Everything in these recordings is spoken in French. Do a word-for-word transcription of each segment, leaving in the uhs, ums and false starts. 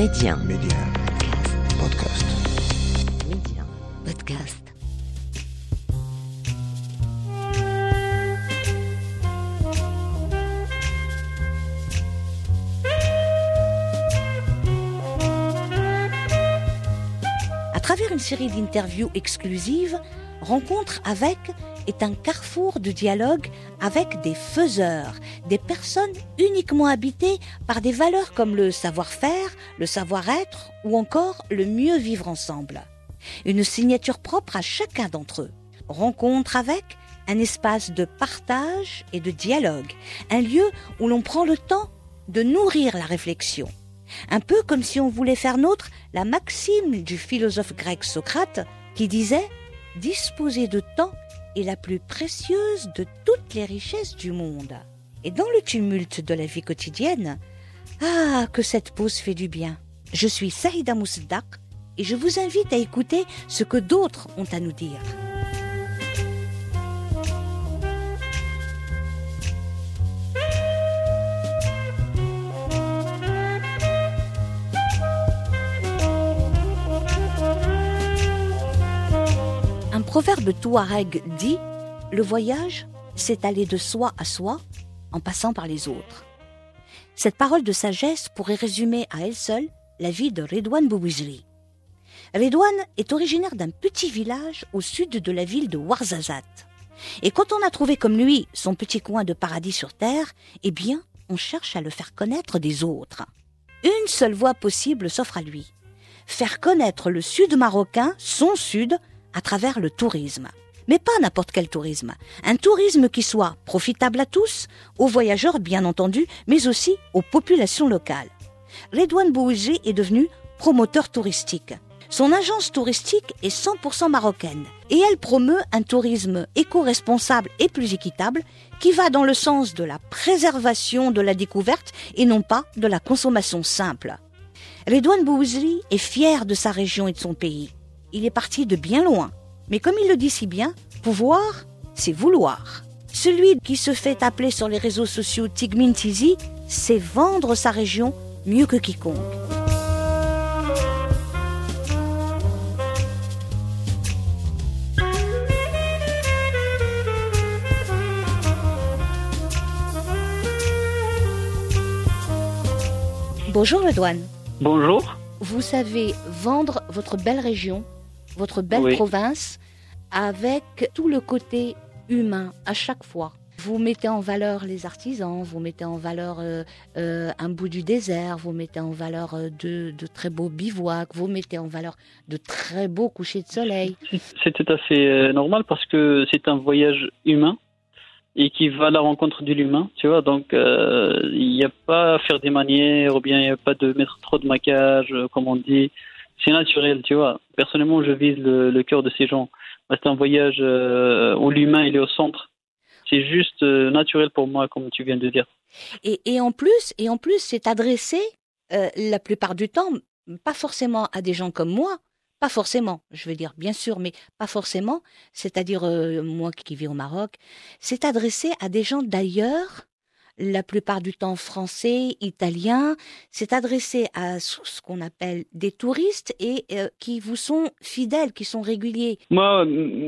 Média. Média. Podcast. Média. Podcast. À travers une série d'interviews exclusives, Rencontre avec est un carrefour de dialogue avec des faiseurs, des personnes uniquement habitées par des valeurs comme le savoir-faire, le savoir-être ou encore le mieux vivre ensemble. Une signature propre à chacun d'entre eux. Rencontre avec un espace de partage et de dialogue, un lieu où l'on prend le temps de nourrir la réflexion. Un peu comme si on voulait faire nôtre la maxime du philosophe grec Socrate qui disait « Disposer de temps est la plus précieuse de toutes les richesses du monde. » Et dans le tumulte de la vie quotidienne, ah, que cette pause fait du bien. Je suis Saïda Moussadak et je vous invite à écouter ce que d'autres ont à nous dire. Un proverbe touareg dit « Le voyage, c'est aller de soi à soi en passant par les autres ». Cette parole de sagesse pourrait résumer à elle seule la vie de Redouane Bouizri. Redouane est originaire d'un petit village au sud de la ville de Ouarzazate. Et quand on a trouvé comme lui son petit coin de paradis sur terre, eh bien, on cherche à le faire connaître des autres. Une seule voie possible s'offre à lui. Faire connaître le sud marocain, son sud, à travers le tourisme. Mais pas n'importe quel tourisme. Un tourisme qui soit profitable à tous, aux voyageurs bien entendu, mais aussi aux populations locales. Redouane Bouizri est devenu promoteur touristique. Son agence touristique est cent pour cent marocaine et elle promeut un tourisme éco-responsable et plus équitable qui va dans le sens de la préservation de la découverte et non pas de la consommation simple. Redouane Bouizri est fier de sa région et de son pays. Il est parti de bien loin. Mais comme il le dit si bien, pouvoir, c'est vouloir. Celui qui se fait appeler sur les réseaux sociaux Tigmin Tizi, c'est vendre sa région mieux que quiconque. Bonjour Redouane. Bonjour. Vous savez vendre votre belle région, votre belle oui. province, avec tout le côté humain à chaque fois. Vous mettez en valeur les artisans, vous mettez en valeur euh, euh, un bout du désert, vous mettez en valeur euh, de, de très beaux bivouacs, vous mettez en valeur de très beaux couchers de soleil. C'est tout à fait euh, normal parce que c'est un voyage humain et qui va à la rencontre de l'humain, tu vois. Donc, il euh, n'y a pas à faire des manières ou bien il n'y a pas de mettre trop de maquillage, euh, comme on dit. C'est naturel, tu vois. Personnellement, je vise le, le cœur de ces gens. C'est un voyage euh, où l'humain il est au centre. C'est juste euh, naturel pour moi, comme tu viens de dire. Et, et en plus, et en plus, c'est adressé euh, la plupart du temps, pas forcément à des gens comme moi, pas forcément, je veux dire, bien sûr, mais pas forcément. C'est-à-dire euh, moi qui vis au Maroc, c'est adressé à des gens d'ailleurs. La plupart du temps français, italien, c'est adressé à ce qu'on appelle des touristes et euh, qui vous sont fidèles, qui sont réguliers. Moi,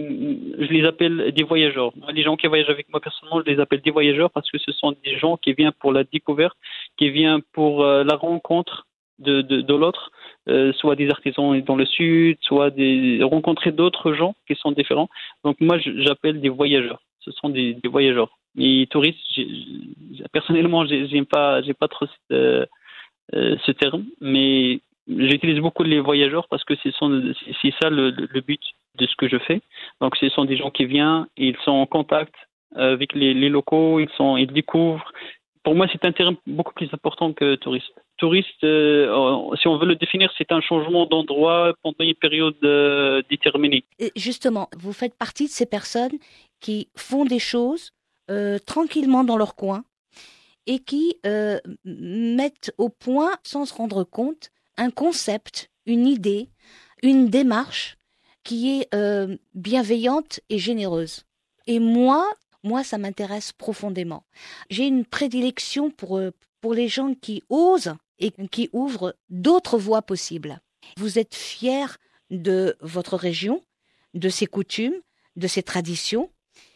je les appelle des voyageurs. Les gens qui voyagent avec moi personnellement, je les appelle des voyageurs parce que ce sont des gens qui viennent pour la découverte, qui viennent pour euh, la rencontre de, de, de l'autre, euh, soit des artisans dans le sud, soit des, rencontrer d'autres gens qui sont différents. Donc moi, j'appelle des voyageurs. Ce sont des, des voyageurs. Les touristes, j'ai, personnellement, j'ai, j'aime pas, j'ai pas trop euh, euh, ce terme, mais j'utilise beaucoup les voyageurs parce que ce sont, c'est, c'est ça le, le but de ce que je fais. Donc, ce sont des gens qui viennent, ils sont en contact avec les, les locaux, ils sont, ils découvrent. Pour moi, c'est un terme beaucoup plus important que touriste. Touriste, euh, si on veut le définir, c'est un changement d'endroit pendant une période euh, déterminée. Et justement, vous faites partie de ces personnes qui font des choses Euh, tranquillement dans leur coin et qui euh, mettent au point, sans se rendre compte, un concept, une idée, une démarche qui est euh, bienveillante et généreuse. Et moi, moi, ça m'intéresse profondément. J'ai une prédilection pour, euh, pour les gens qui osent et qui ouvre d'autres voies possibles. Vous êtes fier de votre région, de ses coutumes, de ses traditions,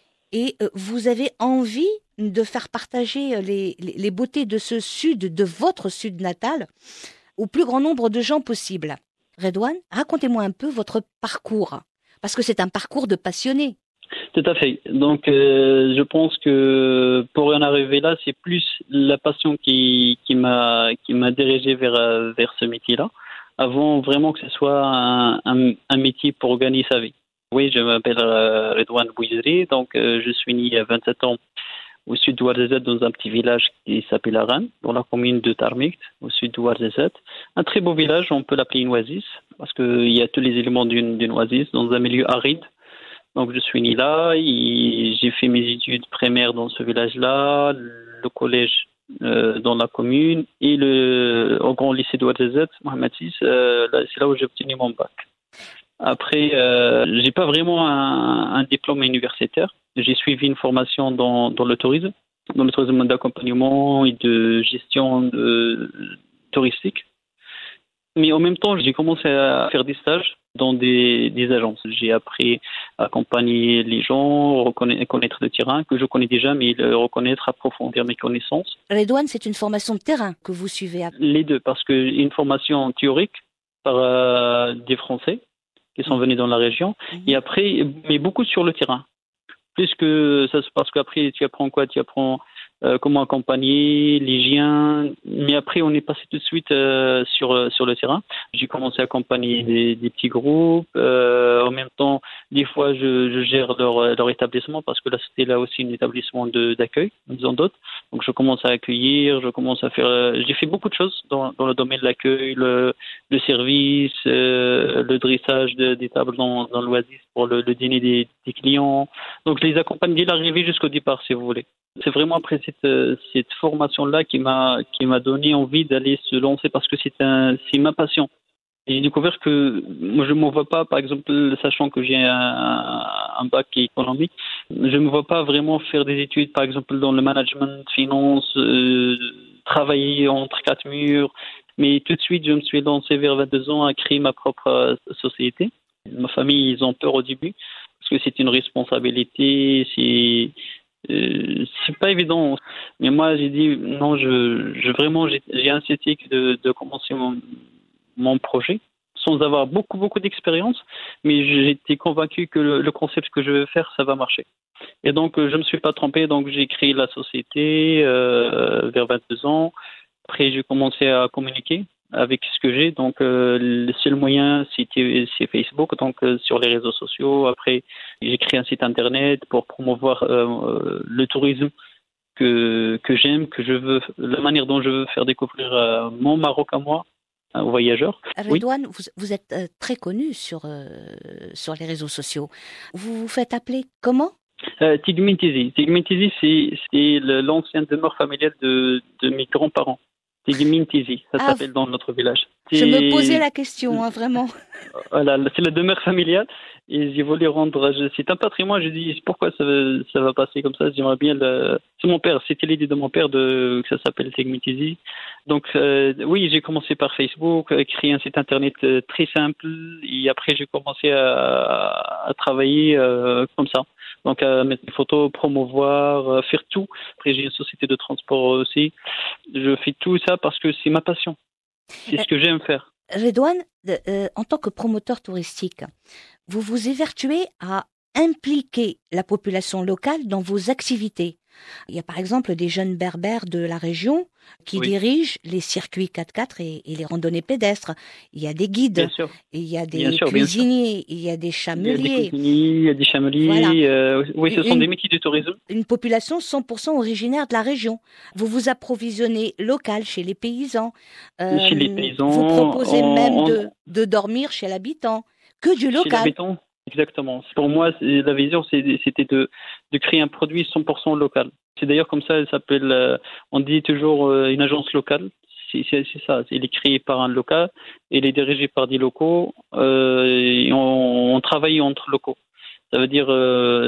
et vous avez envie de faire partager les, les, les beautés de ce sud, de votre sud natal, au plus grand nombre de gens possible. Redouane, racontez-moi un peu votre parcours, parce que c'est un parcours de passionné. Tout à fait. Donc, euh, je pense que pour en arriver là, c'est plus la passion qui, qui m'a, qui m'a dirigé vers, vers ce métier-là, avant vraiment que ce soit un, un, un métier pour gagner sa vie. Oui, je m'appelle euh, Redouane Bouizri, donc euh, je suis né à vingt-sept ans au sud d'Ouarzazate, dans un petit village qui s'appelle Aran, dans la commune de Tarmikt, au sud d'Ouarzazate. Un très beau village, on peut l'appeler une oasis, parce qu'il y a tous les éléments d'une, d'une oasis, dans un milieu aride. Donc je suis né là, et j'ai fait mes études primaires dans ce village-là, le collège euh, dans la commune, et le au grand lycée d'Ouarzazate, Mohamed six, euh, là, c'est là où j'ai obtenu mon bac. Après, euh, j'ai pas vraiment un, un diplôme universitaire. J'ai suivi une formation dans, dans le tourisme, dans le tourisme d'accompagnement et de gestion de, touristique. Mais en même temps, j'ai commencé à faire des stages dans des, des agences. J'ai appris à accompagner les gens, reconnaître, connaître le terrain que je connais déjà, mais le reconnaître, approfondir mes connaissances. Redouane, c'est une formation de terrain que vous suivez. Les deux, parce que une formation théorique par euh, des Français qui sont venus dans la région, mmh. et après, mais beaucoup sur le terrain. Plus que ça se passe qu'après, tu apprends quoi? Tu apprends euh, comment accompagner, l'hygiène, mais après, on est passé tout de suite euh, sur, sur le terrain. J'ai commencé à accompagner des, des petits groupes. Euh, en même temps, des fois, je, je gère leur, leur établissement, parce que là, c'était là aussi un établissement de, d'accueil, en disant d'autres. Donc, je commence à accueillir, je commence à faire... Euh, j'ai fait beaucoup de choses dans, dans le domaine de l'accueil, le, le service, euh, le dressage de, des tables dans, dans l'oasis pour le, le dîner des, des clients. Donc, je les accompagne dès l'arrivée jusqu'au départ, si vous voulez. C'est vraiment après cette, cette formation-là qui m'a, qui m'a donné envie d'aller se lancer, parce que c'est, un, c'est ma passion. Et j'ai découvert que moi, je ne me vois pas, par exemple, sachant que j'ai un, un bac économique, je ne me vois pas vraiment faire des études, par exemple, dans le management, finance, euh, travailler entre quatre murs. Mais tout de suite, je me suis lancé vers vingt-deux ans à créer ma propre société. Ma famille, ils ont peur au début, parce que c'est une responsabilité, c'est... Euh, c'est pas évident, mais moi j'ai dit non, je, je vraiment j'ai, j'ai insisté de, de commencer mon, mon projet sans avoir beaucoup beaucoup d'expérience, mais j'étais convaincu que le, le concept que je vais faire, ça va marcher. Et donc je me suis pas trompé, donc j'ai créé la société euh, vers vingt-deux ans. Après j'ai commencé à communiquer avec ce que j'ai, donc euh, le seul moyen c'était c'est Facebook, donc euh, sur les réseaux sociaux. Après j'ai créé un site internet pour promouvoir euh, le tourisme que que j'aime, que je veux, la manière dont je veux faire découvrir euh, mon Maroc à moi euh, aux voyageurs. Redouane, oui. vous, vous êtes euh, très connu sur euh, sur les réseaux sociaux. Vous vous faites appeler comment? euh, Tigmin Tizi. Tigmin Tizi, c'est c'est le, l'ancienne demeure familiale de de mes grands-parents. Tigmin Tizi, ça ah, s'appelle dans notre village. C'est... Je me posais la question, hein, vraiment. Voilà, c'est la demeure familiale, et j'ai voulu rendre. C'est un patrimoine. Je dis pourquoi ça, ça va passer comme ça. J'aimerais bien le. C'est mon père. C'était l'idée de mon père de que ça s'appelle Tigmin Tizi. Donc euh, oui, j'ai commencé par Facebook, créer un site internet très simple, et après j'ai commencé à, à travailler euh, comme ça. Donc à mettre des photos, promouvoir, faire tout. Après j'ai une société de transport aussi. Je fais tout ça parce que c'est ma passion. C'est ce que j'aime faire. Redouane, euh, en tant que promoteur touristique, vous vous évertuez à impliquer la population locale dans vos activités. Il y a par exemple des jeunes berbères de la région qui oui. dirigent les circuits quatre-quatre et, et les randonnées pédestres. Il y a des guides, bien sûr. Il y a des bien sûr, cuisiniers, il y a des chameliers. Il y a des cuisiniers, il y a des chameliers. Voilà. Euh, oui, ce une, sont des métiers du tourisme. Une population cent pour cent originaire de la région. Vous vous approvisionnez local chez les paysans. Euh, chez les paysans. Vous proposez on, même on... de, de dormir chez l'habitant. Que du local. Chez l'habitant. Exactement. Pour moi, la vision, c'était de, de créer un produit cent pour cent local. C'est d'ailleurs comme ça, elle s'appelle, euh, on dit toujours euh, une agence locale. C'est, c'est, c'est ça. Elle est créée par un local, elle est dirigée par des locaux, euh, et on, on travaille entre locaux. Ça veut dire euh,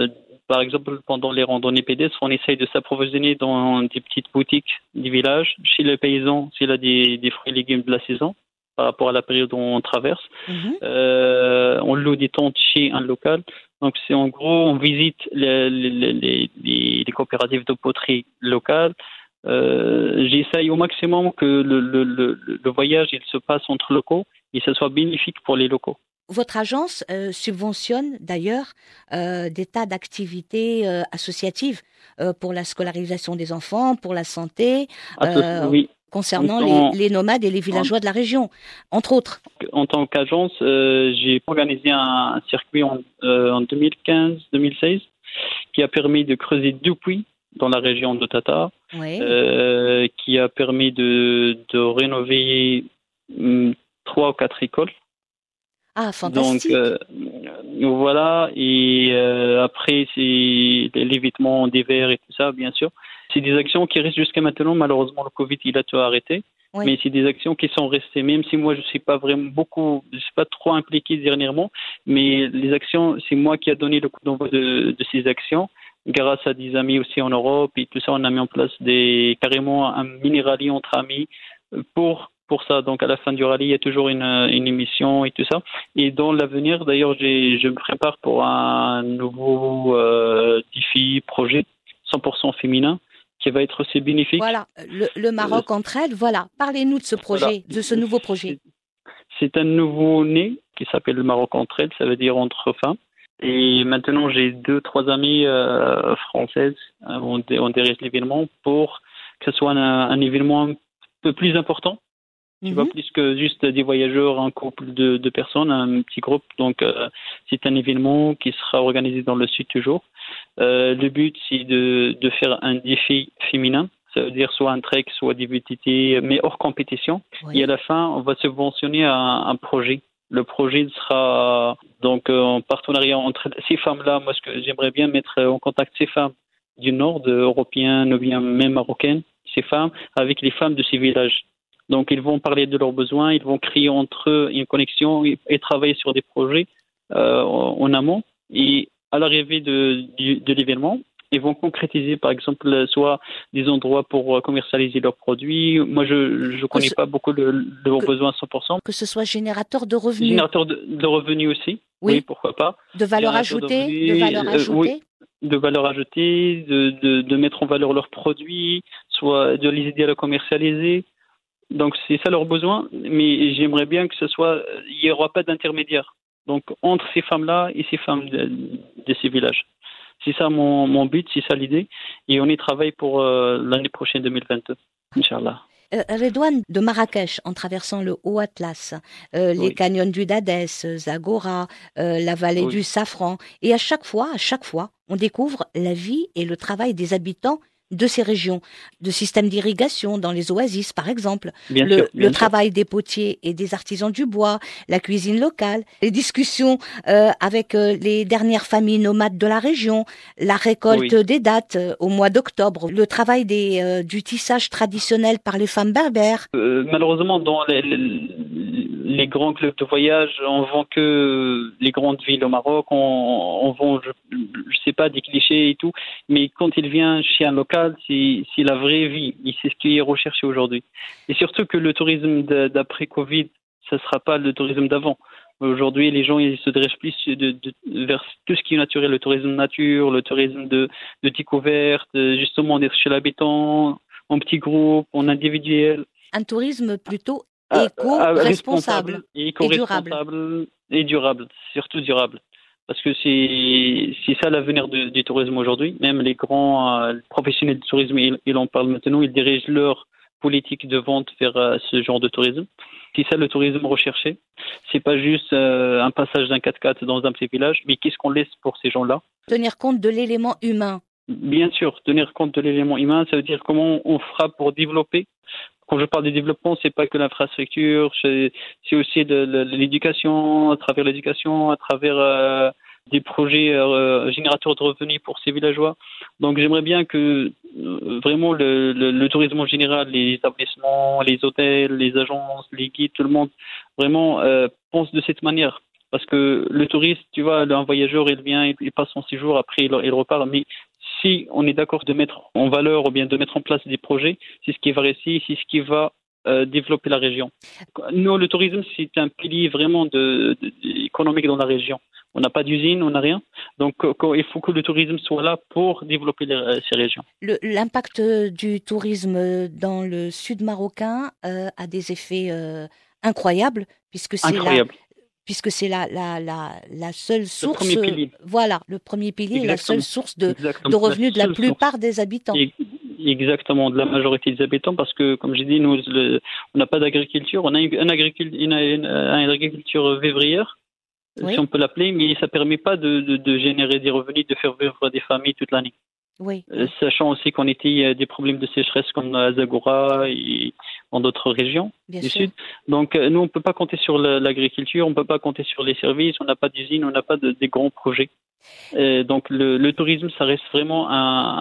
Par exemple, pendant les randonnées pédestres, on essaye de s'approvisionner dans des petites boutiques du village, chez les paysans, s'il a des, des fruits et légumes de la saison, par rapport à la période où on traverse. Mhm. Euh, on loue des tentes chez un local. Donc, c'est en gros, on visite les, les, les, les, les coopératives de poterie locales. Euh, j'essaye au maximum que le, le, le, le voyage il se passe entre locaux et que ce soit bénéfique pour les locaux. Votre agence euh, subventionne d'ailleurs euh, des tas d'activités euh, associatives euh, pour la scolarisation des enfants, pour la santé, euh, oui. concernant En, les, les nomades et les villageois en, de la région, entre autres. En tant qu'agence, euh, j'ai organisé un, un circuit en, euh, en deux mille quinze deux mille seize qui a permis de creuser deux puits dans la région de Tata, Oui. euh, qui a permis de, de rénover hum, trois ou quatre écoles. Ah, fantastique. Donc, euh, voilà. Et euh, après, c'est l'évitement des verres et tout ça, bien sûr. C'est des actions qui restent jusqu'à maintenant. Malheureusement, le Covid, il a tout arrêté. Oui. Mais c'est des actions qui sont restées, même si moi, je ne suis pas vraiment beaucoup, je ne suis pas trop impliqué dernièrement. Mais les actions, c'est moi qui a donné le coup d'envoi de, de ces actions. Grâce à des amis aussi en Europe et tout ça, on a mis en place des, carrément un mini rallye entre amis pour pour ça. Donc, à la fin du rallye, il y a toujours une, une émission et tout ça. Et dans l'avenir, d'ailleurs, j'ai, je me prépare pour un nouveau euh, défi, projet cent pour cent féminin qui va être aussi bénéfique. Voilà, le, le Maroc euh, Entraide, voilà. Parlez-nous de ce projet, voilà. de ce nouveau projet. C'est, c'est un nouveau-né qui s'appelle le Maroc Entraide, ça veut dire entre femmes. Et maintenant, j'ai deux, trois amies euh, françaises. On, on dirige l'événement pour que ce soit un, un événement un peu plus important. Tu mm-hmm. vois, plus que juste des voyageurs, un couple de, de personnes, un petit groupe. Donc, euh, c'est un événement qui sera organisé dans le sud toujours. Euh, le but, c'est de, de faire un défi féminin. Ça veut dire soit un trek, soit des V T T, mais hors compétition. Oui. Et à la fin, on va subventionner un, un projet. Le projet sera donc euh, en partenariat entre ces femmes-là. Moi, ce que j'aimerais bien mettre en contact ces femmes du Nord, européennes ou bien même marocaines, ces femmes, avec les femmes de ces villages. Donc, ils vont parler de leurs besoins, ils vont créer entre eux une connexion et, et travailler sur des projets euh, en, en amont. Et à l'arrivée de, de, de l'événement, ils vont concrétiser, par exemple, soit des endroits pour commercialiser leurs produits. Moi, je ne connais ce, pas beaucoup de, de leurs que, besoins à cent pour cent. Que ce soit générateur de revenus. Générateur de, de revenus aussi, oui, oui pourquoi pas. De valeur ajoutée, de, de valeur ajoutée. Euh, oui, de valeur ajoutée, de, de, de mettre en valeur leurs produits, soit de les aider à les commercialiser. Donc, c'est ça leur besoin, mais j'aimerais bien que ce soit, il n'y aura pas d'intermédiaire. Donc, entre ces femmes-là et ces femmes de, de ces villages. C'est ça mon, mon but, c'est ça l'idée. Et on y travaille pour euh, l'année prochaine deux mille vingt-deux, Inch'Allah. Euh, Redouane, de Marrakech, en traversant le Haut Atlas, euh, les oui. canyons du Dadès, Zagora, euh, la vallée oui. du Safran, et à chaque fois, à chaque fois, on découvre la vie et le travail des habitants de ces régions, de systèmes d'irrigation dans les oasis par exemple, bien le, sûr, bien le travail des potiers et des artisans du bois, la cuisine locale, les discussions euh, avec euh, les dernières familles nomades de la région, la récolte oui. des dattes euh, au mois d'octobre, le travail des, euh, du tissage traditionnel par les femmes berbères. Euh, malheureusement, dans les, les, les grands clubs de voyage, on vend que les grandes villes au Maroc, on, on vend, je, je sais pas, des clichés et tout, mais quand il vient chez un local, C'est, c'est la vraie vie et c'est ce qui est recherché aujourd'hui. Et surtout que le tourisme d'après Covid, ça ne sera pas le tourisme d'avant. Aujourd'hui, les gens ils se dirigent plus de, de, vers tout ce qui est naturel, le tourisme nature, le tourisme de, de découverte, justement d'être chez l'habitant, en petit groupe, en individuel. Un tourisme plutôt éco-responsable et, et durable. Et durable, surtout durable. Parce que c'est, c'est ça l'avenir de, du tourisme aujourd'hui. Même les grands euh, professionnels du tourisme, ils, ils en parlent maintenant, ils dirigent leur politique de vente vers euh, ce genre de tourisme. C'est ça le tourisme recherché. C'est pas juste euh, un passage d'un quatre-quatre dans un petit village, mais qu'est-ce qu'on laisse pour ces gens-là ? Tenir compte de l'élément humain. Bien sûr, tenir compte de l'élément humain, ça veut dire comment on fera pour développer. Quand je parle de développement, c'est pas que l'infrastructure, c'est, c'est aussi de, de, de l'éducation, à travers l'éducation, à travers euh, des projets euh, générateurs de revenus pour ces villageois. Donc j'aimerais bien que euh, vraiment le, le, le tourisme en général, les établissements, les hôtels, les agences, les guides, tout le monde vraiment euh, pense de cette manière. Parce que le touriste, tu vois, un voyageur, il vient, il, il passe son séjour, après il, il repart. Mais si on est d'accord de mettre en valeur ou bien de mettre en place des projets, c'est ce qui va réussir, c'est ce qui va euh, développer la région. Nous, le tourisme, c'est un pilier vraiment de, de, de, économique dans la région. On n'a pas d'usine, on n'a rien. Donc, euh, il faut que le tourisme soit là pour développer les, euh, ces régions. Le, l'impact du tourisme dans le sud marocain euh, a des effets euh, incroyables, puisque c'est Incroyable. la, puisque c'est la, la, la, la seule source, le premier pilier. Voilà, le premier pilier, Exactement. la seule source de, Exactement. de revenus la de la plupart source. des habitants. Et, exactement, de la majorité des habitants, parce que, comme j'ai dit, nous, le, on n'a pas d'agriculture, on a une, une, agricul, une, une, une agriculture vivrière, oui. si on peut l'appeler, mais ça ne permet pas de, de, de générer des revenus, de faire vivre des familles toute l'année. Oui. Euh, sachant aussi qu'on était il y a des problèmes de sécheresse comme à Zagora et dans d'autres régions Bien du sûr. sud. Donc euh, nous, on ne peut pas compter sur la, l'agriculture, on ne peut pas compter sur les services, on n'a pas d'usine, on n'a pas de, des grands projets. Euh, donc le, le tourisme, ça reste vraiment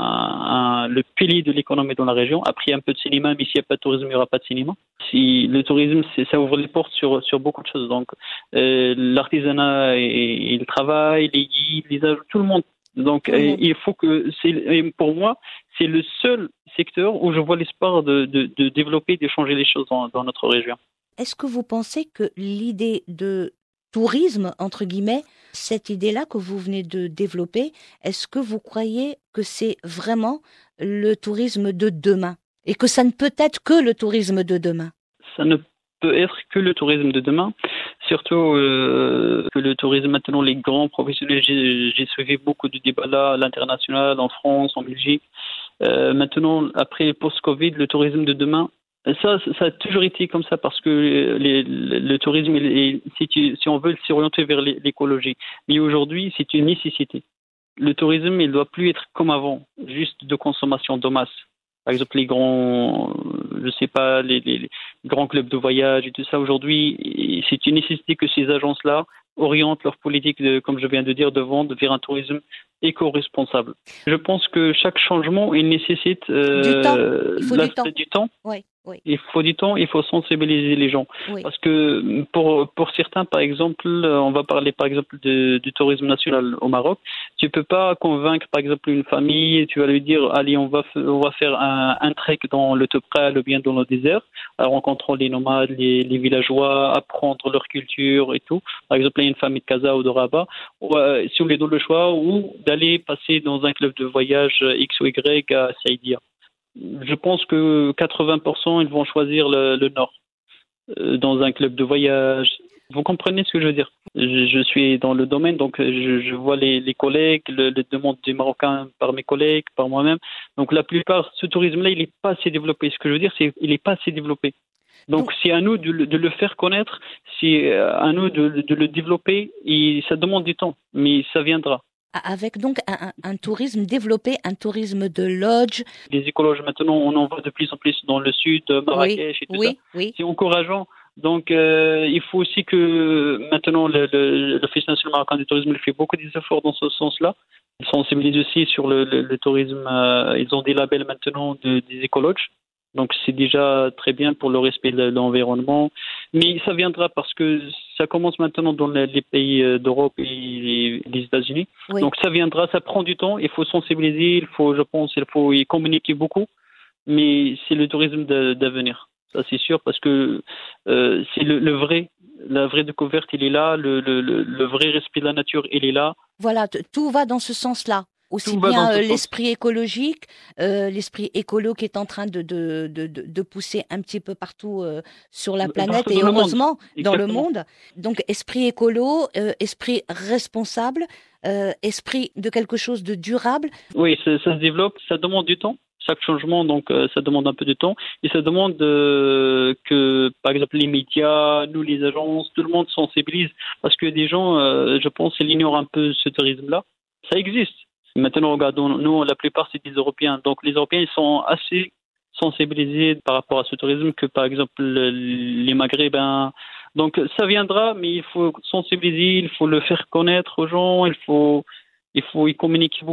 un, un, le pilier de l'économie dans la région. Après, il y a un peu de cinéma, mais s'il n'y a pas de tourisme, il n'y aura pas de cinéma. Si, le tourisme, c'est, ça ouvre les portes sur, sur beaucoup de choses. Donc euh, l'artisanat et, et le travail, les guides, les agents, tout le monde. Donc, euh, il faut que, c'est, pour moi, c'est le seul secteur où je vois l'espoir de, de, de développer, de changer les choses dans, dans notre région. Est-ce que vous pensez que l'idée de tourisme, entre guillemets, cette idée-là que vous venez de développer, est-ce que vous croyez que c'est vraiment le tourisme de demain et que ça ne peut être que le tourisme de demain? Ça ne peut être que le tourisme de demain. Surtout euh, que le tourisme, maintenant, les grands professionnels, j'ai, j'ai suivi beaucoup de débats là, à l'international, en France, en Belgique. Euh, maintenant, après post-Covid, le tourisme de demain, ça, ça a toujours été comme ça parce que les, le, le tourisme, est, si, tu, si on veut s'orienter vers l'écologie, mais aujourd'hui, c'est une nécessité. Le tourisme, il ne doit plus être comme avant, juste de consommation de masse. Par exemple, les grands, je sais pas, les, les, les grands clubs de voyage et tout ça, aujourd'hui, c'est une nécessité que ces agences-là orientent leur politique, de, comme je viens de dire, de vente vers un tourisme éco-responsable. Je pense que chaque changement, il nécessite euh, du temps. Il faut du temps. Du temps. Oui, oui. Il faut du temps, il faut sensibiliser les gens. Oui. Parce que pour, pour certains, par exemple, on va parler par exemple de, du tourisme national au Maroc, tu ne peux pas convaincre par exemple une famille, tu vas lui dire allez, on va, on va faire un, un trek dans le Toubkal ou bien dans le désert, en rencontrant les nomades, les, les villageois, apprendre leur culture et tout. Par exemple, il y a une famille de Casa ou de Rabat, ou, euh, si on les donne le choix, ou d'aller passer dans un club de voyage X ou Y à Saïdia. Je pense que quatre-vingts pour cent ils vont choisir le, le Nord euh, dans un club de voyage. Vous comprenez ce que je veux dire? Je, je suis dans le domaine, donc je, je vois les, les collègues, le, les demandes des Marocains par mes collègues, par moi-même. Donc la plupart, ce tourisme-là, il n'est pas assez développé. Ce que je veux dire, c'est qu'il n'est pas assez développé. Donc, donc c'est à nous de, de le faire connaître, c'est à nous de, de le développer, et ça demande du temps, mais ça viendra. Avec donc un, un, un tourisme développé, un tourisme de lodge. Les écologes, maintenant, on en voit de plus en plus dans le sud, Marrakech oui, et tout oui, ça. Oui. C'est encourageant. Donc, euh, il faut aussi que maintenant, le, le, l'Office national marocain du tourisme fait beaucoup d'efforts dans ce sens-là. Ils sensibilisent aussi sur le, le, le tourisme. Euh, ils ont des labels maintenant de, des écologes. Donc, c'est déjà très bien pour le respect de l'environnement. Mais ça viendra parce que ça commence maintenant dans les pays d'Europe et les États-Unis. Oui. Donc, ça viendra, ça prend du temps. Il faut sensibiliser, il faut, je pense, il faut y communiquer beaucoup. Mais c'est le tourisme d'avenir. Ça, c'est sûr, parce que euh, c'est le, le vrai, la vraie découverte, il est là. Le, le, le vrai respect de la nature, il est là. Voilà, tout va dans ce sens-là. Aussi bien euh, l'esprit écologique, euh, l'esprit écolo qui est en train de, de, de, de pousser un petit peu partout euh, sur la planète partout et heureusement le dans le monde. Donc esprit écolo, euh, esprit responsable, euh, esprit de quelque chose de durable. Oui, ça, ça se développe, ça demande du temps. Chaque changement, donc, euh, ça demande un peu de temps et ça demande euh, que, par exemple, les médias, nous, les agences, tout le monde sensibilise parce que des gens, euh, je pense, ils ignorent un peu ce tourisme-là. Ça existe. Maintenant, regardons, nous, la plupart, c'est des Européens. Donc, les Européens, ils sont assez sensibilisés par rapport à ce tourisme que, par exemple, les Maghrébins. Donc, ça viendra, mais il faut sensibiliser, il faut le faire connaître aux gens, il faut, il faut y communiquer beaucoup.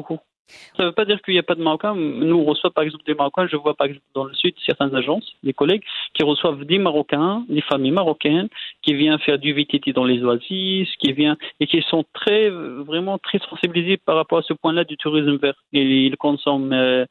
Ça ne veut pas dire qu'il n'y a pas de Marocains. Nous, on reçoit par exemple des Marocains. Je vois par exemple dans le sud certaines agences, des collègues qui reçoivent des Marocains, des familles marocaines qui viennent faire du V T T dans les oasis, qui viennent et qui sont très, vraiment très sensibilisés par rapport à ce point-là du tourisme vert. Et ils consomment euh,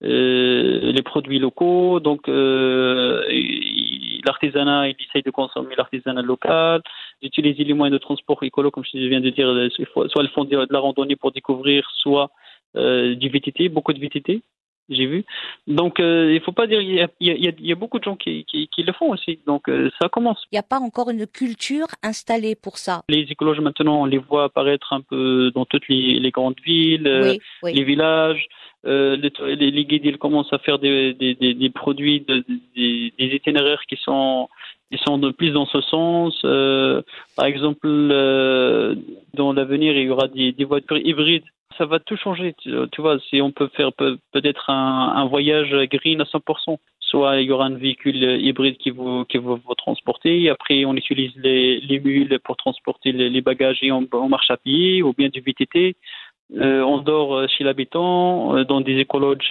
euh, les produits locaux, donc euh, l'artisanat, ils essayent de consommer l'artisanat local, d'utiliser les moyens de transport écolo, comme je viens de dire, soit ils font de la randonnée pour découvrir, soit Euh, du V T T, beaucoup de V T T, j'ai vu. Donc, euh, il ne faut pas dire, il y a, il y a, il y a beaucoup de gens qui, qui, qui le font aussi. Donc, euh, ça commence. Il n'y a pas encore une culture installée pour ça. Les écologes, maintenant, on les voit apparaître un peu dans toutes les, les grandes villes, oui, euh, oui. les villages. Euh, les, les guides, ils commencent à faire des, des, des, des produits, de, des, des itinéraires qui sont, qui sont de plus dans ce sens. Euh, par exemple, euh, dans l'avenir, il y aura des, des voitures hybrides. Ça va tout changer, tu, tu vois, si on peut faire peut, peut-être un, un voyage green à cent pour cent. Soit il y aura un véhicule hybride qui vous, qui vous, vous transporter, après on utilise les, les mules pour transporter les, les bagages et on, on marche à pied, ou bien du V T T. Euh, on dort chez l'habitant, euh, dans des écologes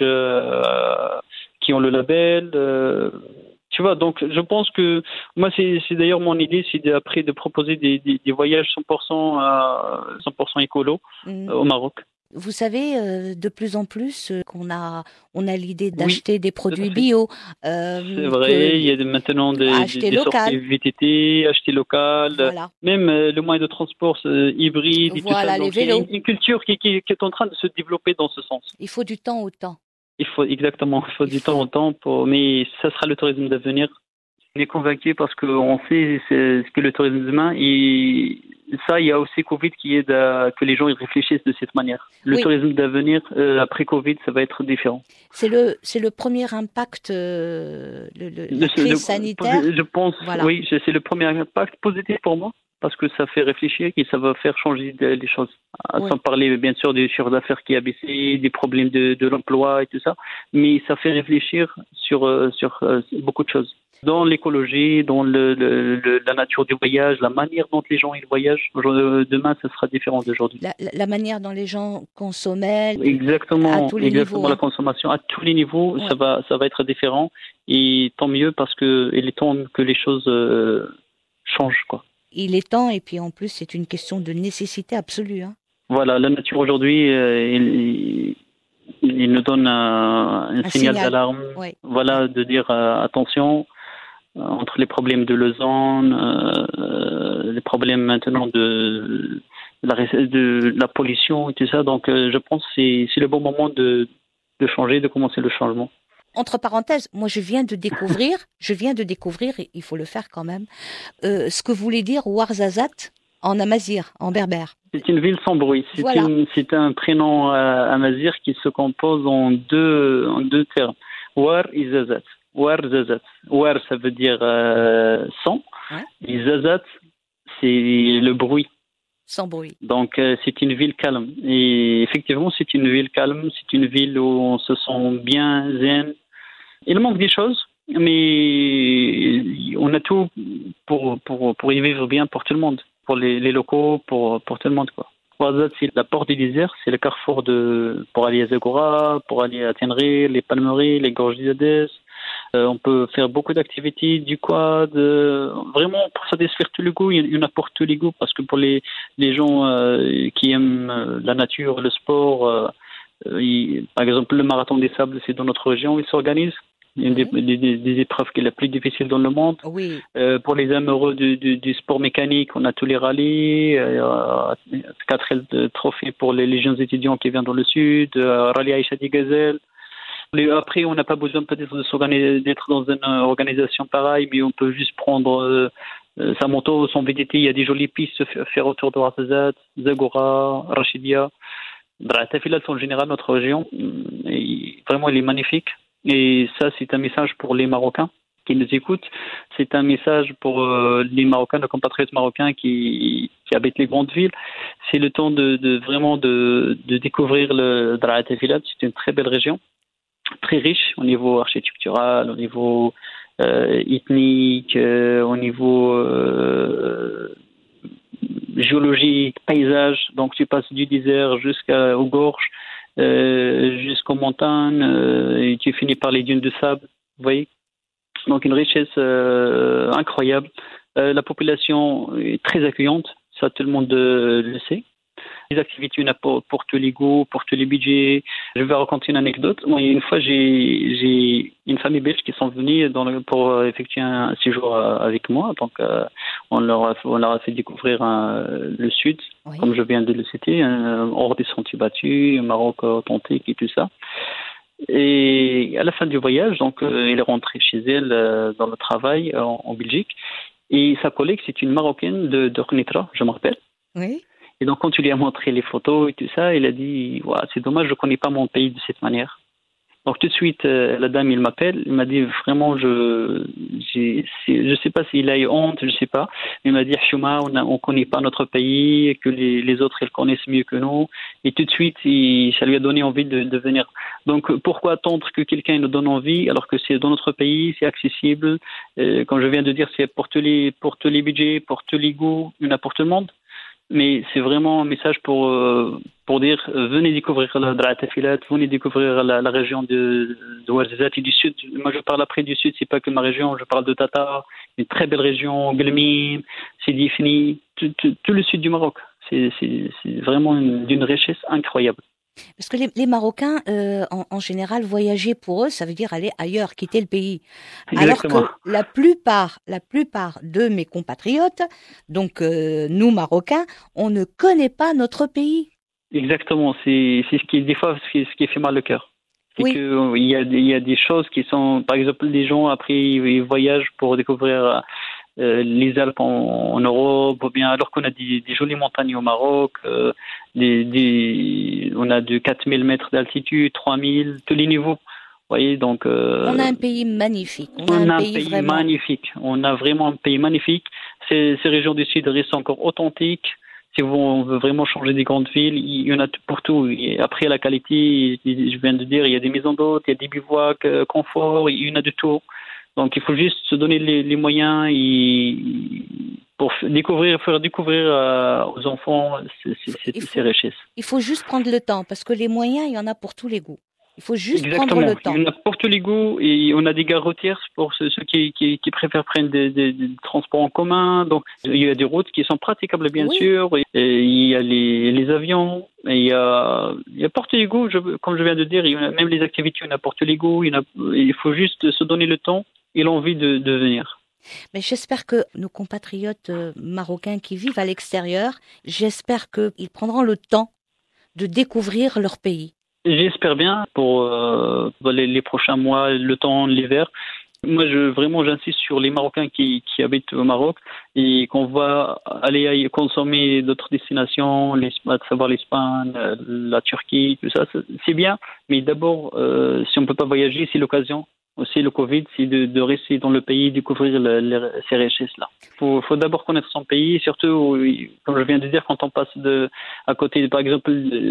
euh, qui ont le label. Euh, tu vois, donc je pense que moi, c'est, c'est d'ailleurs mon idée, c'est d'après de proposer des, des, des voyages cent pour cent, euh, cent pour cent écolo mmh. euh, au Maroc. Vous savez, euh, de plus en plus, euh, qu'on a, on a l'idée d'acheter oui, des produits bio. Euh, c'est vrai, il y a maintenant des, des, des sorties V T T, acheter local, voilà. Même euh, le moyen de transport euh, hybride et voilà, tout ça. Donc, les vélos. C'est une, une culture qui, qui, qui est en train de se développer dans ce sens. Il faut du temps au temps. Il faut exactement, il faut il du faut... temps au temps, pour, mais ça sera le tourisme d'avenir. On est convaincu parce qu'on sait ce que le tourisme demain, et ça, il y a aussi Covid qui aide à que les gens ils réfléchissent de cette manière. Le oui. tourisme d'avenir, euh, après Covid, ça va être différent. C'est le, c'est le premier impact, euh, le, le, la crise le, sanitaire. Je pense, voilà. oui, c'est le premier impact positif pour moi, parce que ça fait réfléchir et ça va faire changer les choses. Oui. Sans parler, bien sûr, des chiffres d'affaires qui a baissé, des problèmes de, de l'emploi et tout ça, mais ça fait réfléchir sur, sur euh, beaucoup de choses. Dans l'écologie, dans le, le, le, la nature du voyage, la manière dont les gens ils voyagent. Demain, ce sera différent d'aujourd'hui. La, la manière dont les gens consommaient. Exactement, à tous les exactement niveaux, la hein. consommation à tous les niveaux, ouais. ça va, ça va être différent. Et tant mieux parce que il est temps que les choses euh, changent, quoi. Il est temps, et puis en plus, c'est une question de nécessité absolue, hein. Voilà, la nature aujourd'hui, euh, il, il nous donne un, un, un signal, signal d'alarme. Ouais. Voilà, de dire euh, attention. Entre les problèmes de l'ozone, euh, les problèmes maintenant de, de, la, de la pollution et tout ça. Donc, euh, je pense que c'est, c'est le bon moment de, de changer, de commencer le changement. Entre parenthèses, moi je viens de découvrir, je viens de découvrir, et il faut le faire quand même, euh, ce que voulait dire Ouarzazate en amazigh, en berbère. C'est une ville sans bruit. C'est, voilà. une, c'est un prénom euh, amazigh qui se compose en deux, en deux termes. Ouar et Zazat. Ouar, Zazat. Ouar, ça veut dire euh, sans. Ouais. Et Zazat, c'est le bruit. Sans bruit. Donc, euh, c'est une ville calme. Et effectivement, c'est une ville calme. C'est une ville où on se sent bien, zen. Il manque des choses, mais on a tout pour, pour, pour y vivre bien pour tout le monde. Pour les, les locaux, pour, pour tout le monde, quoi. Ouarzazate, c'est la porte du désert, c'est le carrefour de, pour aller à Zagora, pour aller à Tenerife, les Palmeries, les gorges d'Izadès. Euh, on peut faire beaucoup d'activités, du quad, euh, vraiment pour satisfaire tous les goûts, il y en a pour tous les goûts, parce que pour les, les gens euh, qui aiment euh, la nature, le sport, euh, euh, il, par exemple le marathon des sables, c'est dans notre région, il s'organise. Une des, des, des, des épreuves qui est la plus difficile dans le monde. Oui. Euh, pour les amoureux du, du, du sport mécanique, on a tous les rallyes, euh, quatre trophées pour les, les jeunes étudiants qui viennent dans le sud, euh, rallye Aïcha di Gazelle. Après, on n'a pas besoin peut-être de s'organiser, d'être dans une organisation pareille, mais on peut juste prendre euh, sa moto, son V T T. Il y a des jolies pistes à faire autour de Ouarzazate, Zagora, Rachidia. Tafilat, en général, notre région, et vraiment, elle est magnifique. Et ça, c'est un message pour les Marocains qui nous écoutent. C'est un message pour euh, les Marocains, nos compatriotes marocains qui, qui habitent les grandes villes. C'est le temps de, de vraiment de, de découvrir le Draa Tafilat. C'est une très belle région, très riche au niveau architectural, au niveau euh, ethnique, euh, au niveau euh, géologique, paysage. Donc, tu passes du désert jusqu'aux gorges. euh, jusqu'aux montagnes, euh, et tu finis par les dunes de sable, vous voyez. Donc une richesse euh, incroyable. Euh, la population est très accueillante, ça tout le monde euh, le sait. Les activités, il y en a pour, pour tous les goûts, pour tous les budgets. Je vais raconter une anecdote. Moi, une fois, j'ai, j'ai une famille belge qui sont venus dans le, pour euh, effectuer un séjour euh, avec moi. Donc, euh, on, leur a, on leur a fait découvrir euh, le Sud, oui. Comme je viens de le citer, euh, hors des sentiers battus, Maroc authentique et tout ça. Et à la fin du voyage, donc, euh, elle est rentrée chez elle euh, dans le travail euh, en, en Belgique. Et sa collègue, c'est une Marocaine de, de Khnitra, je me rappelle. Oui. Et donc, quand tu lui as montré les photos et tout ça, il a dit ouais, « c'est dommage, je ne connais pas mon pays de cette manière ». Donc, tout de suite, euh, la dame, il m'appelle, il m'a dit « vraiment, je ne sais pas s'il a eu honte, je ne sais pas ». Il m'a dit « Chouma, on ne connaît pas notre pays, que les, les autres, ils connaissent mieux que nous ». Et tout de suite, il, ça lui a donné envie de, de venir. Donc, pourquoi attendre que quelqu'un nous donne envie alors que c'est dans notre pays, c'est accessible. Euh, comme je viens de dire, c'est pour tous les, pour tous les budgets, pour tous les goûts, il y en a pour tout le monde. Mais c'est vraiment un message pour, euh, pour dire euh, venez découvrir la Dra'atafilat, venez découvrir la, la région de, de Ouarzazate et du sud. Moi, je parle après du sud, c'est pas que ma région, je parle de Tata, une très belle région, Guelmim, Sidi Ifni, tout, tout, tout le sud du Maroc. C'est, c'est, c'est vraiment une, d'une richesse incroyable. Parce que les, les Marocains, euh, en, en général, voyager pour eux, ça veut dire aller ailleurs, quitter le pays. Exactement. Alors que la plupart, la plupart de mes compatriotes, donc euh, nous Marocains, on ne connaît pas notre pays. Exactement. C'est, c'est ce qui des fois ce qui, ce qui fait mal le cœur. C'est oui. que il y a il y a des choses qui sont, par exemple, les gens après ils voyagent pour découvrir Euh, les Alpes en, en Europe, ou bien alors qu'on a des, des jolies montagnes au Maroc, euh, des, des, on a de quatre mille mètres d'altitude, trois mille, tous les niveaux. Vous voyez, donc, euh, on a un pays magnifique. On, on a un, a un pays, pays vraiment... magnifique. On a vraiment un pays magnifique. Ces, ces régions du Sud restent encore authentiques. Si on veut vraiment changer des grandes villes, il y en a pour tout. Et après, la qualité, je viens de dire, il y a des maisons d'hôtes, il y a des bivouacs, euh, confort, il y en a de tout. Donc, il faut juste se donner les, les moyens et, pour découvrir, faire découvrir euh, aux enfants ces, ces, faut, ces richesses. Il faut juste prendre le temps, parce que les moyens, il y en a pour tous les goûts. Il faut juste Exactement. prendre le temps. Il y en a pour tous les goûts et on a des gares routières pour ceux, ceux qui, qui, qui préfèrent prendre des, des, des transports en commun. Donc, il y a des routes qui sont praticables, bien oui. sûr. Et, et il y a les, les avions. Et il y a, il y a pour tous les goûts, je, comme je viens de dire, il y a même les activités, on a pour tous les goûts. Il, y a, il faut juste se donner le temps et l'envie de, de venir. Mais j'espère que nos compatriotes marocains qui vivent à l'extérieur, j'espère qu'ils prendront le temps de découvrir leur pays. J'espère bien pour euh, les, les prochains mois, le temps, l'hiver. Moi, je, vraiment, j'insiste sur les Marocains qui, qui habitent au Maroc et qu'on va aller consommer d'autres destinations, à savoir l'Espagne, la Turquie, tout ça. C'est bien, mais d'abord, euh, si on ne peut pas voyager, c'est l'occasion. Aussi, le Covid, c'est de, de rester dans le pays, découvrir le, le, ces richesses-là. Il faut, faut d'abord connaître son pays, surtout, comme je viens de dire, quand on passe de, à côté, par exemple,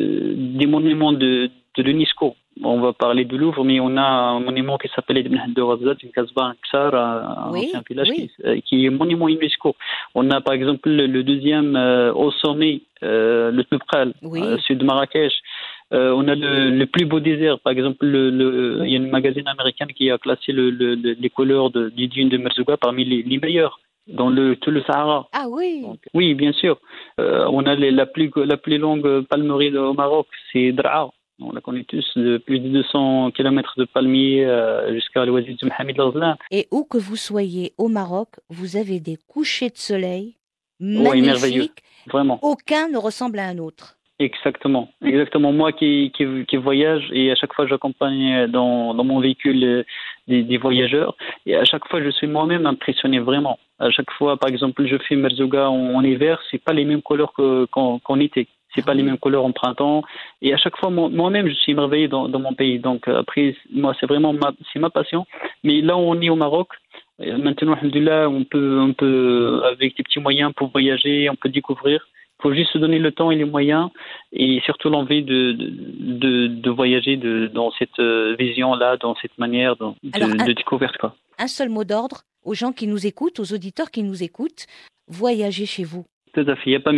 des monuments de, de l'UNESCO. On va parler du Louvre, mais on a un monument qui s'appelle Ibn de Ouarzazate, une Kasbah, un Ksar, un oui, ancien village oui. qui, qui est monument UNESCO. On a, par exemple, le, le deuxième euh, au sommet, euh, le Tnebral, oui. euh, sud de Marrakech. Euh, on a le, le plus beau désert, par exemple, le, le, il y a une magazine américaine qui a classé le, le, le, les couleurs de, du dune de Merzouga parmi les, les meilleures dans le, tout le Sahara. Ah oui. Donc, oui, bien sûr. Euh, on a les, la plus la plus longue palmerie au Maroc, c'est Draa. On la connaît tous, de plus de deux cents kilomètres de palmiers euh, jusqu'à l'Ouazi de Mohamed Lazlan. Et où que vous soyez au Maroc, vous avez des couchers de soleil magnifiques. Oui, merveilleux. Vraiment. Aucun ne ressemble à un autre. Exactement, exactement. Moi qui, qui, qui voyage et à chaque fois j'accompagne dans, dans mon véhicule des, des voyageurs et à chaque fois je suis moi-même impressionné vraiment. À chaque fois, par exemple, je fais Merzouga en, en hiver, c'est pas les mêmes couleurs que, qu'en, qu'en été. C'est pas les mêmes couleurs en printemps. Et à chaque fois, moi-même, je suis émerveillé dans, dans mon pays. Donc après, moi, c'est vraiment ma, c'est ma passion. Mais là, on est au Maroc. Maintenant, alhamdoulilah, on peut, on peut, avec des petits moyens pour voyager, on peut découvrir. Il faut juste se donner le temps et les moyens et surtout l'envie de, de, de, de voyager de, dans cette vision-là, dans cette manière de, Alors, de, un, de découverte, quoi. Un seul mot d'ordre aux gens qui nous écoutent, aux auditeurs qui nous écoutent, voyagez chez vous. Tout à fait, il n'y a pas mieux.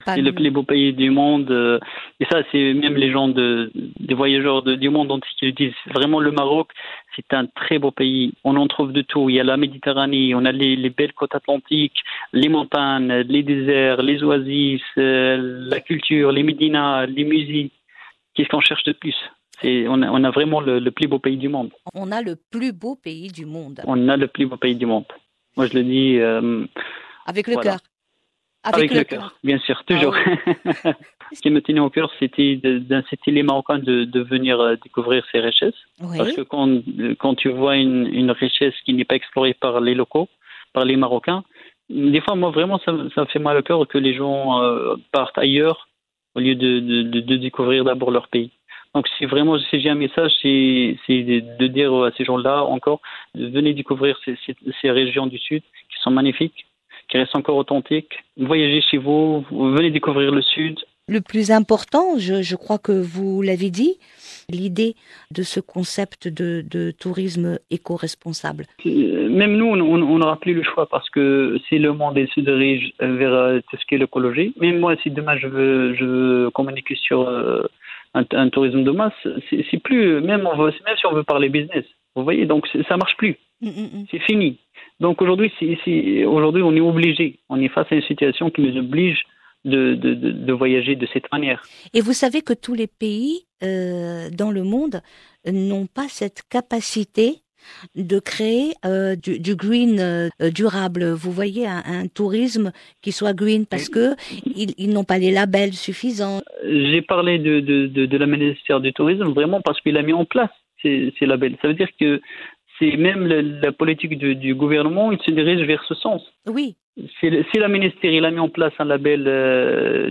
Pas c'est le plus beau pays du monde. euh, Et ça, c'est même les gens de, des voyageurs de- du monde entier qui le disent. Vraiment, le Maroc, c'est un très beau pays. On en trouve de tout. Il y a la Méditerranée, on a les, les belles côtes atlantiques, les montagnes, les déserts, les oasis, euh, la culture, les médinas, les musiques. Qu'est-ce qu'on cherche de plus? C'est, on, a, on a vraiment le, le plus beau pays du monde. On a le plus beau pays du monde. On a le plus beau pays du monde. Moi, je le dis euh, Avec le voilà. cœur. avec, le cœur, bien sûr, toujours. Ah Ce qui me tenait au cœur, c'était de- d'inciter les Marocains de, de venir euh, découvrir ces richesses. Oui. Parce que quand, quand tu vois une, une richesse qui n'est pas explorée par les locaux, par les Marocains, des fois, moi, vraiment, ça, ça me fait mal au cœur que les gens euh, partent ailleurs au lieu de, de, de, de découvrir d'abord leur pays. Donc, c'est vraiment, si j'ai un message, c'est, c'est de, de dire à ces gens-là encore, venez découvrir ces, ces, ces régions du Sud qui sont magnifiques, qui restent encore authentiques. Voyagez chez vous, vous venez découvrir le Sud. Le plus important, je, je crois que vous l'avez dit, l'idée de ce concept de, de tourisme éco-responsable. Euh, Même nous, on on n'aura plus le choix parce que si le monde se dirige vers euh, tout ce qui est l'écologie, même moi, si demain je veux, je veux communiquer sur euh, un, un tourisme de masse, c'est, c'est plus, même, on veut, même si on veut parler business, vous voyez, donc c'est- ça marche plus, Mm, mm, mm. c'est fini. Donc aujourd'hui, c'est, c'est- aujourd'hui, on est obligé, on est face à une situation qui nous oblige de, de, de, de voyager de cette manière. Et vous savez que tous les pays euh, dans le monde n'ont pas cette capacité de créer euh, du, du green euh, durable. Vous voyez, un, un tourisme qui soit green parce que ils, ils n'ont pas les labels suffisants. J'ai parlé de, de, de, de la ministère du Tourisme vraiment parce qu'il a mis en place ces, ces labels. Ça veut dire que c'est même la, la politique du, du gouvernement, il se dirige vers ce sens. Oui, Si, le- si la ministère il a mis en place un label euh,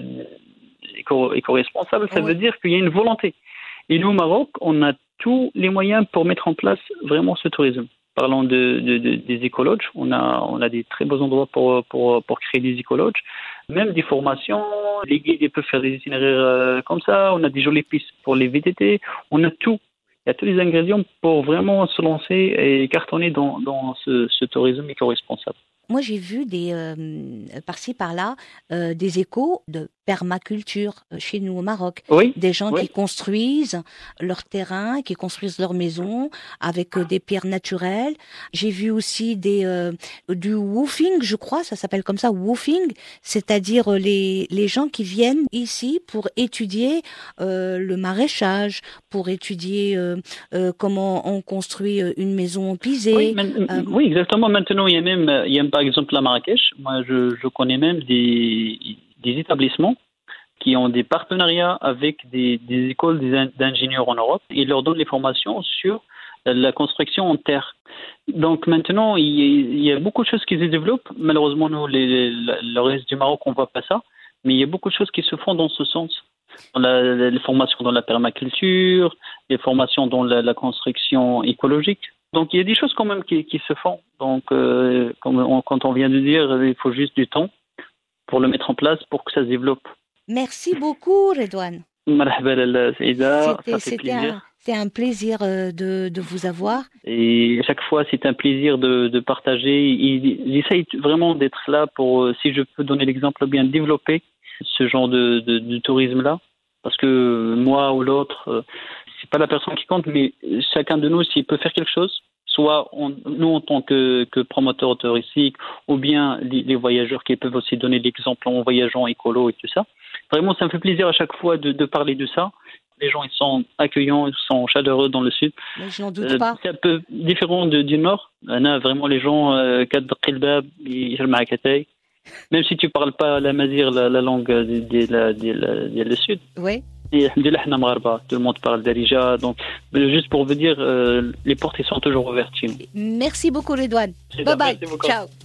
éco- éco-responsable, ça Oui. veut dire qu'il y a une volonté. Et nous, au Maroc, on a tous les moyens pour mettre en place vraiment ce tourisme. Parlons de, de, de- des écologes, on a, on a des très beaux endroits pour, pour, pour créer des écologes, même des formations, les guides ils peuvent faire des itinéraires euh, comme ça, on a des jolies pistes pour les V T T, on a tout. Il y a tous les ingrédients pour vraiment se lancer et cartonner dans, dans ce, ce tourisme éco-responsable. moi j'ai vu des euh, par-ci par-là euh, des échos de permaculture euh, chez nous au Maroc. Oui, Des gens oui. qui construisent leur terrain, qui construisent leur maison avec euh, des pierres naturelles. J'ai vu aussi des euh, du woofing, je crois, ça s'appelle comme ça, woofing, c'est-à-dire euh, les les gens qui viennent ici pour étudier euh, le maraîchage, pour étudier euh, euh, comment on construit euh, une maison pisée. Oui, man- euh, oui, exactement. Maintenant, il y a même, il y a par exemple à Marrakech, moi je, je connais même des, des établissements qui ont des partenariats avec des, des écoles des in- d'ingénieurs en Europe et leur donnent les formations sur la construction en terre. Donc maintenant, il y a, il y a beaucoup de choses qui se développent. Malheureusement, nous, les, le le reste du Maroc, on ne voit pas ça, mais il y a beaucoup de choses qui se font dans ce sens. Dans la- les formations dans la permaculture, les formations dans la, la construction écologique. Donc il y a des choses quand même qui, qui se font. Donc euh, comme on- quand on vient de dire, il faut juste du temps pour le mettre en place pour que ça se développe. Merci beaucoup, Redouane. Marhaba lalla, Saïda, ça C'était, fait c'était plaisir. un, c'était un plaisir euh, de, de vous avoir. Et chaque fois, c'est un plaisir de, de partager. Et j'essaye vraiment d'être là pour, euh, si je peux donner l'exemple, bien développer ce genre de, de, de tourisme-là. Parce que moi ou l'autre, euh, c'est pas la personne qui compte, mais chacun de nous, s'il peut faire quelque chose, soit on- nous en tant que, que promoteurs touristiques, ou bien les, les voyageurs qui peuvent aussi donner l'exemple en voyageant écolo et tout ça. Vraiment, ça me fait plaisir à chaque fois de, de parler de ça. Les gens, ils sont accueillants, ils sont chaleureux dans le sud. Mais je n'en doute Euh, pas. c'est un peu différent de- du nord. On a vraiment les gens, euh, كتدق الباب يجمع كتاي. Même si tu parles pas la mazir, la, la langue de, de, la- de, la- de le sud. Oui. Et alhamdoulilah, حنا مغاربة. Tout le monde parle d'Arija. Donc, euh, juste pour vous dire, euh, les portes, ils sont toujours ouvertes chez nous. Merci beaucoup, Redouane. C'est Bye bye. merci beaucoup. Ciao.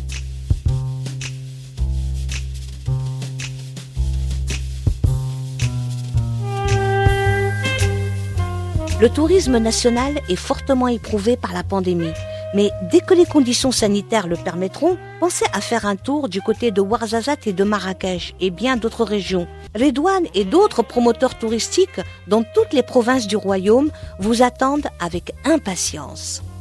Le tourisme national est fortement éprouvé par la pandémie. Mais dès que les conditions sanitaires le permettront, pensez à faire un tour du côté de Ouarzazate et de Marrakech et bien d'autres régions. Redouane et d'autres promoteurs touristiques dans toutes les provinces du royaume vous attendent avec impatience.